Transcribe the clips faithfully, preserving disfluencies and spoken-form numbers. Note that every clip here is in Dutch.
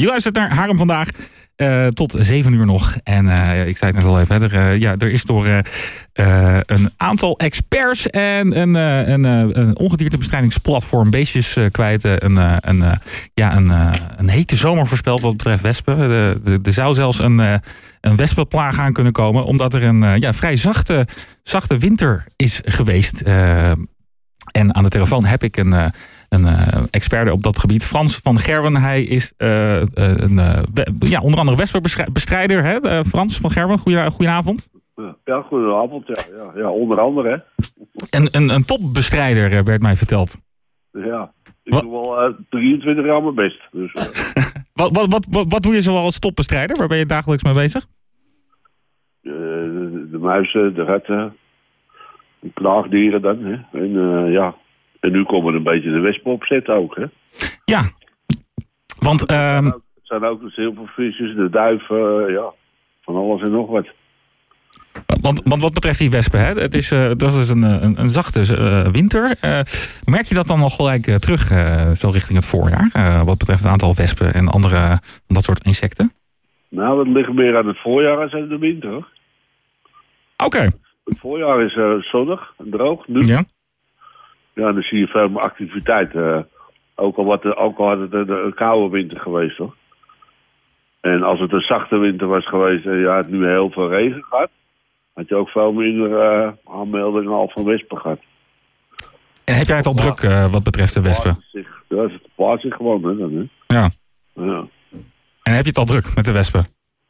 Je luistert naar Haarlem Vandaag. Uh, tot zeven uur nog. En uh, ik zei het net al even. Er, uh, ja, er is door uh, uh, een aantal experts en een, uh, een, uh, een ongediertebestrijdingsplatform Beestjes uh, kwijt. Uh, een, uh, een, uh, ja, een, uh, een hete zomer voorspeld wat betreft wespen. Er zou zelfs een, uh, een wespenplaag aan kunnen komen. Omdat er een uh, ja, vrij zachte, zachte winter is geweest. Uh, en aan de telefoon heb ik een... Uh, Een uh, expert op dat gebied, Frans van Gerwen. Hij is uh, uh, een, uh, ja, onder andere wespenbestrijder. Hè? Uh, Frans van Gerwen, goedenavond. Ja, goedenavond. Ja, ja, ja, onder andere. Hè. En, een, een topbestrijder, werd mij verteld. Ja, ik wat? doe al uh, drieëntwintig jaar mijn best. Dus, uh. wat, wat, wat, wat, wat doe je zoal als topbestrijder? Waar ben je dagelijks mee bezig? Uh, de, de muizen, de ratten, de knaagdieren dan. Hè. En uh, ja... En nu komen er een beetje de wespen opzetten ook, hè? Ja, want... Uh... Het zijn ook de zilvervisjes, de duiven, uh, ja, van alles en nog wat. Want, want wat betreft die wespen, hè? Het is, uh, dat is een, een, een zachte uh, winter. Uh, merk je dat dan nog gelijk uh, terug, uh, zo richting het voorjaar? Uh, wat betreft het aantal wespen en andere dat soort insecten? Nou, dat ligt meer aan het voorjaar als aan de winter. Oké. Okay. Het voorjaar is uh, zonnig en droog, nu. Ja. Ja, dan zie je veel meer activiteit. Uh, ook, al wat, ook al had het een, een koude winter geweest, hoor. En als het een zachte winter was geweest en je had nu heel veel regen gehad, had je ook veel minder uh, aanmeldingen al van wespen gehad. En heb jij het al ja. druk uh, wat betreft de wespen? Zich, ja, het plaatst zich gewoon, hè, dan, hè. Ja. ja. En heb je het al druk met de wespen?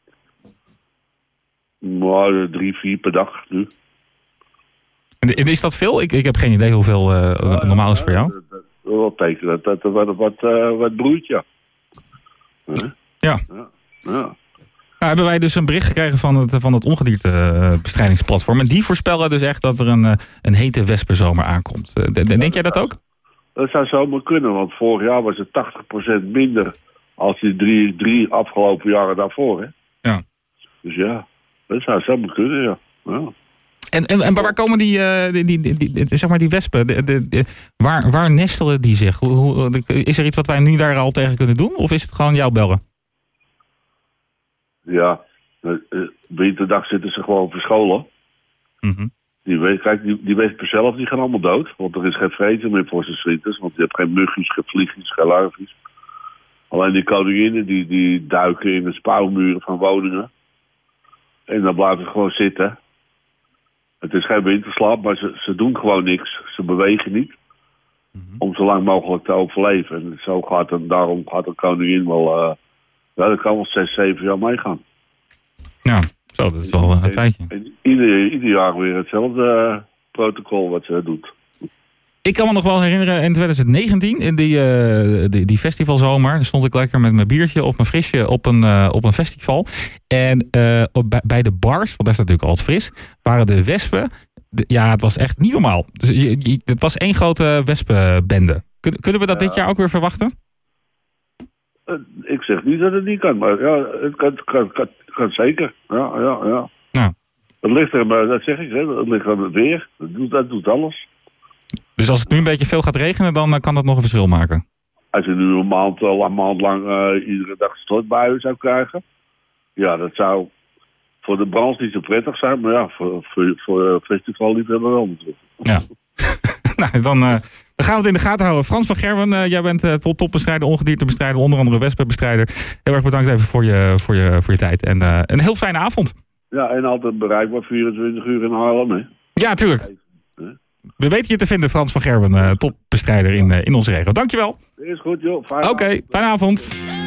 Nou, drie, vier per dag nu. En is dat veel? Ik, ik heb geen idee hoeveel uh, ja, normaal is voor jou. Dat, dat, dat wil tekenen dat dat wat, wat, uh, wat broeit, ja. Huh? Ja. ja. ja. Nou, hebben wij dus een bericht gekregen van het, van het ongediertebestrijdingsplatform. En die voorspellen dus echt dat er een, een hete wespenzomer aankomt. Denk ja, jij dat ook? Dat zou zomaar kunnen, want vorig jaar was het tachtig procent minder als die drie, drie afgelopen jaren daarvoor. Hè? Ja. Dus ja, dat zou zomaar kunnen, ja. ja. En, en, en waar komen die, uh, die, die, die, die, zeg maar die wespen? De, de, de, waar, waar nestelen die zich? Hoe, hoe, is er iets wat wij nu daar al tegen kunnen doen? Of is het gewoon jou bellen? Ja, uh, winterdag zitten ze gewoon verscholen. Mm-hmm. Die, kijk, die, die wespen zelf die gaan allemaal dood. Want er is geen vreten meer voor ze winters. Want je hebt geen mugjes, geen vliegjes, geen larvies. Alleen die koninginnen die, die duiken in de spouwmuren van woningen. En dan blijven ze gewoon zitten. Het is geen winterslaap, maar ze, ze doen gewoon niks. Ze bewegen niet. Mm-hmm. Om zo lang mogelijk te overleven. En zo gaat het, daarom gaat de koningin wel... Uh, ja, dat kan wel zes, zeven jaar meegaan. Ja, zo, dat is wel een tijdje. En, en ieder, ieder jaar weer hetzelfde uh, protocol wat ze doet. Ik kan me nog wel herinneren, in twintig negentien, in die, uh, die, die festivalzomer, stond ik lekker met mijn biertje of mijn frisje op een, uh, op een festival. En uh, op, bij, bij de bars, want daar staat natuurlijk altijd fris, waren de wespen. De, ja, het was echt niet normaal. Dus, je, je, het was één grote wespenbende. Kun, kunnen we dat ja. dit jaar ook weer verwachten? Uh, ik zeg niet dat het niet kan, maar ja, het kan, kan, kan, kan zeker. Ja, ja, ja. ja. Het ligt er, maar dat zeg ik, hè, het ligt aan het weer. Dat doet, dat doet alles. Dus als het nu een beetje veel gaat regenen, dan kan dat nog een verschil maken? Als je nu een maand, een maand lang uh, iedere dag stortbuien zou krijgen. Ja, dat zou voor de branche niet zo prettig zijn. Maar ja, voor, voor, voor festivalliefhebber wel natuurlijk. Ja. nou, dan, uh, dan gaan we het in de gaten houden. Frans van Gerwen, uh, jij bent uh, topbestrijder, ongediertebestrijder, onder andere wespenbestrijder. Heel erg bedankt even voor je, voor je, voor je tijd. En uh, een heel fijne avond. Ja, en altijd bereikbaar vierentwintig uur in Haarlem, hè? Ja, tuurlijk. We weten je te vinden, Frans van Gerwen, uh, topbestrijder in, uh, in onze regio. Dankjewel. Is goed, joh. Oké, okay, fijne avond.